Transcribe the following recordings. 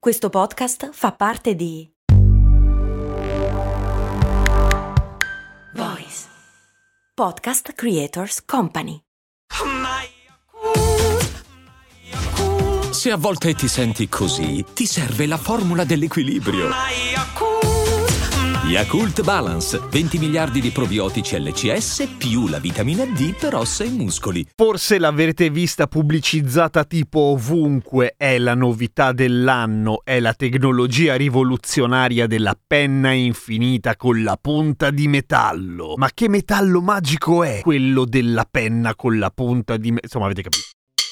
Questo podcast fa parte di Voice Podcast Creators Company. Se a volte ti senti così, ti serve la formula dell'equilibrio. Yakult Balance, 20 miliardi di probiotici LCS più la vitamina D per ossa e muscoli. Forse l'avrete vista pubblicizzata tipo ovunque, è la novità dell'anno, è la tecnologia rivoluzionaria della penna infinita con la punta di metallo. Ma che metallo magico è quello della penna con la punta di metallo? Insomma, avete capito.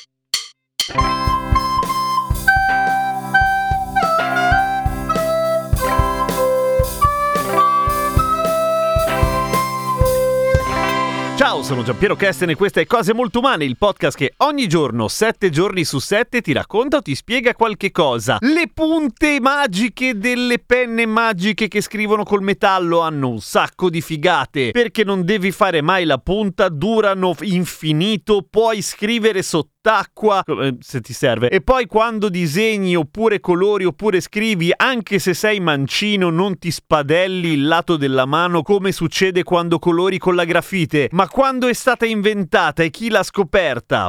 Ciao, sono Giampiero Kesten e questa è Cose Molto Umane, il podcast che ogni giorno, 7 giorni su 7, ti racconta o ti spiega qualche cosa. Le punte magiche delle penne magiche che scrivono col metallo hanno un sacco di figate, perché non devi fare mai la punta, durano infinito, puoi scrivere sott'acqua se ti serve, e poi quando disegni oppure colori oppure scrivi, anche se sei mancino, non ti spadelli il lato della mano come succede quando colori con la grafite. Ma quando è stata inventata e chi l'ha scoperta?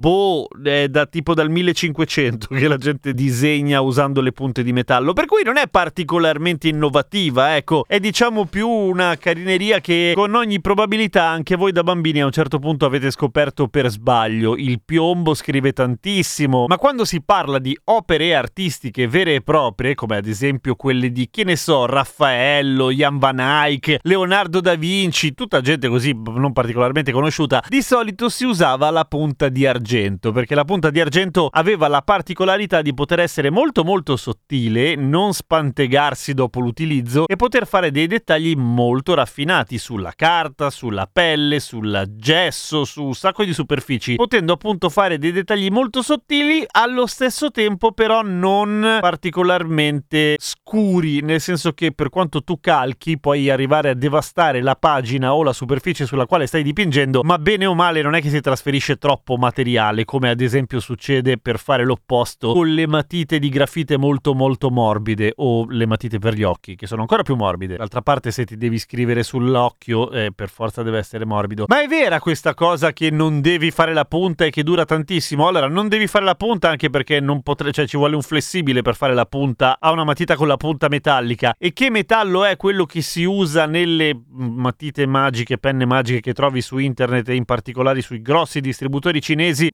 È dal 1500 che la gente disegna usando le punte di metallo, per cui non è particolarmente innovativa, ecco, è diciamo più una carineria che con ogni probabilità anche voi da bambini a un certo punto avete scoperto per sbaglio. Il piombo scrive tantissimo, ma quando si parla di opere artistiche vere e proprie, come ad esempio quelle di, che ne so, Raffaello, Jan van Eyck, Leonardo da Vinci, tutta gente così non particolarmente conosciuta, di solito si usava la punta di argento, perché la punta di argento aveva la particolarità di poter essere molto molto sottile, non spantegarsi dopo l'utilizzo e poter fare dei dettagli molto raffinati sulla carta, sulla pelle, sul gesso, su un sacco di superfici, potendo appunto fare dei dettagli molto sottili, allo stesso tempo però non particolarmente scuri, nel senso che per quanto tu calchi puoi arrivare a devastare la pagina o la superficie sulla quale stai dipingendo, ma bene o male non è che si trasferisce troppo materiale, come ad esempio succede per fare l'opposto con le matite di grafite molto molto morbide o le matite per gli occhi, che sono ancora più morbide. D'altra parte, se ti devi scrivere sull'occhio, per forza deve essere morbido. Ma è vera questa cosa che non devi fare la punta e che dura tantissimo? Allora, non devi fare la punta anche perché ci vuole un flessibile per fare la punta a una matita con la punta metallica. E che metallo è quello che si usa nelle matite magiche, penne magiche che trovi su internet e in particolare sui grossi distributori cinesi?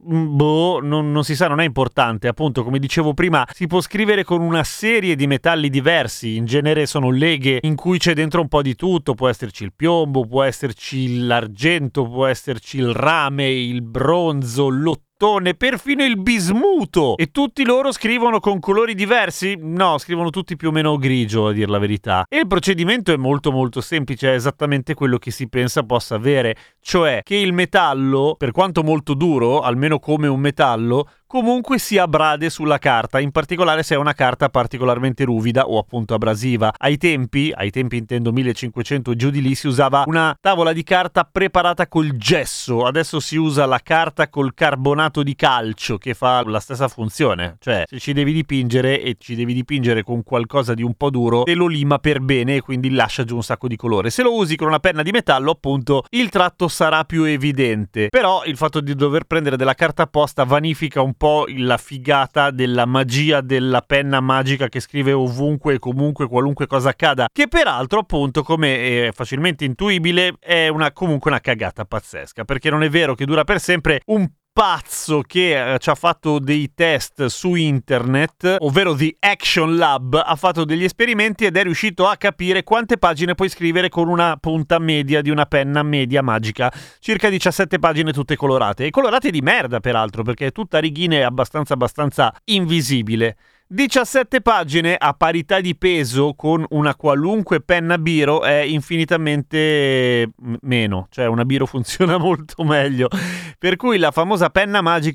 Non si sa, non è importante. Appunto, come dicevo prima, si può scrivere con una serie di metalli diversi, in genere sono leghe in cui c'è dentro un po' di tutto, può esserci il piombo, può esserci l'argento, può esserci il rame, il bronzo, l'ottone, perfino il bismuto, e tutti loro scrivono con colori diversi? No, scrivono tutti più o meno grigio, a dir la verità. E il procedimento è molto molto semplice, è esattamente quello che si pensa possa avere, cioè che il metallo, per quanto molto duro, almeno come un metallo, comunque si abrade sulla carta, in particolare se è una carta particolarmente ruvida o appunto abrasiva. Ai tempi intendo 1500 giù di lì, si usava una tavola di carta preparata col gesso. Adesso si usa la carta col carbonato di calcio, che fa la stessa funzione, cioè se ci devi dipingere e ci devi dipingere con qualcosa di un po' duro, te lo lima per bene e quindi lascia giù un sacco di colore. Se lo usi con una penna di metallo, appunto, il tratto sarà più evidente, però il fatto di dover prendere della carta apposta vanifica un po' la figata della magia della penna magica che scrive ovunque e comunque qualunque cosa accada, che peraltro, appunto, come è facilmente intuibile, è comunque una cagata pazzesca, perché non è vero che dura per sempre. Un pazzo che ci ha fatto dei test su internet, ovvero The Action Lab, ha fatto degli esperimenti ed è riuscito a capire quante pagine puoi scrivere con una punta media di una penna media magica. Circa 17 pagine tutte colorate, e colorate di merda peraltro, perché è tutta righine abbastanza invisibile. 17 pagine a parità di peso con una qualunque penna biro è infinitamente meno, cioè una biro funziona molto meglio, per cui la famosa penna magica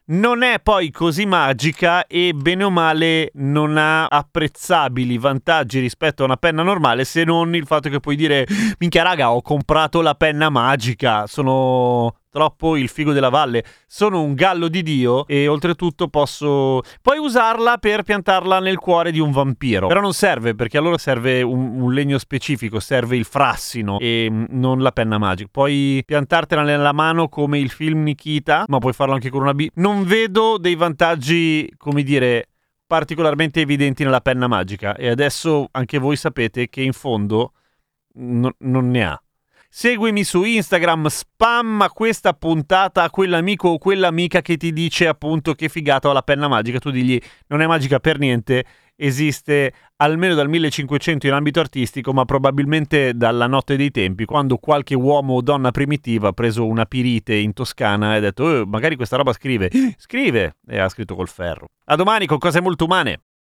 non è poi così magica e bene o male non ha apprezzabili vantaggi rispetto a una penna normale, se non il fatto che puoi dire minchia raga, ho comprato la penna magica, sono troppo il figo della valle, sono un gallo di Dio e oltretutto puoi usarla per piantarla nel cuore di un vampiro, però non serve, perché allora serve un legno specifico, serve il frassino e non la penna magica. Puoi piantartela nella mano come il film Nikita, ma puoi farlo anche con una non vedo dei vantaggi, come dire, particolarmente evidenti nella penna magica, e adesso anche voi sapete che in fondo non ne ha. Seguimi su Instagram, spamma questa puntata a quell'amico o quell'amica che ti dice appunto che figata ho la penna magica. Tu digli non è magica per niente, esiste almeno dal 1500 in ambito artistico, ma probabilmente dalla notte dei tempi, quando qualche uomo o donna primitiva ha preso una pirite in Toscana e ha detto magari questa roba scrive, e ha scritto col ferro. A domani con cose molto umane.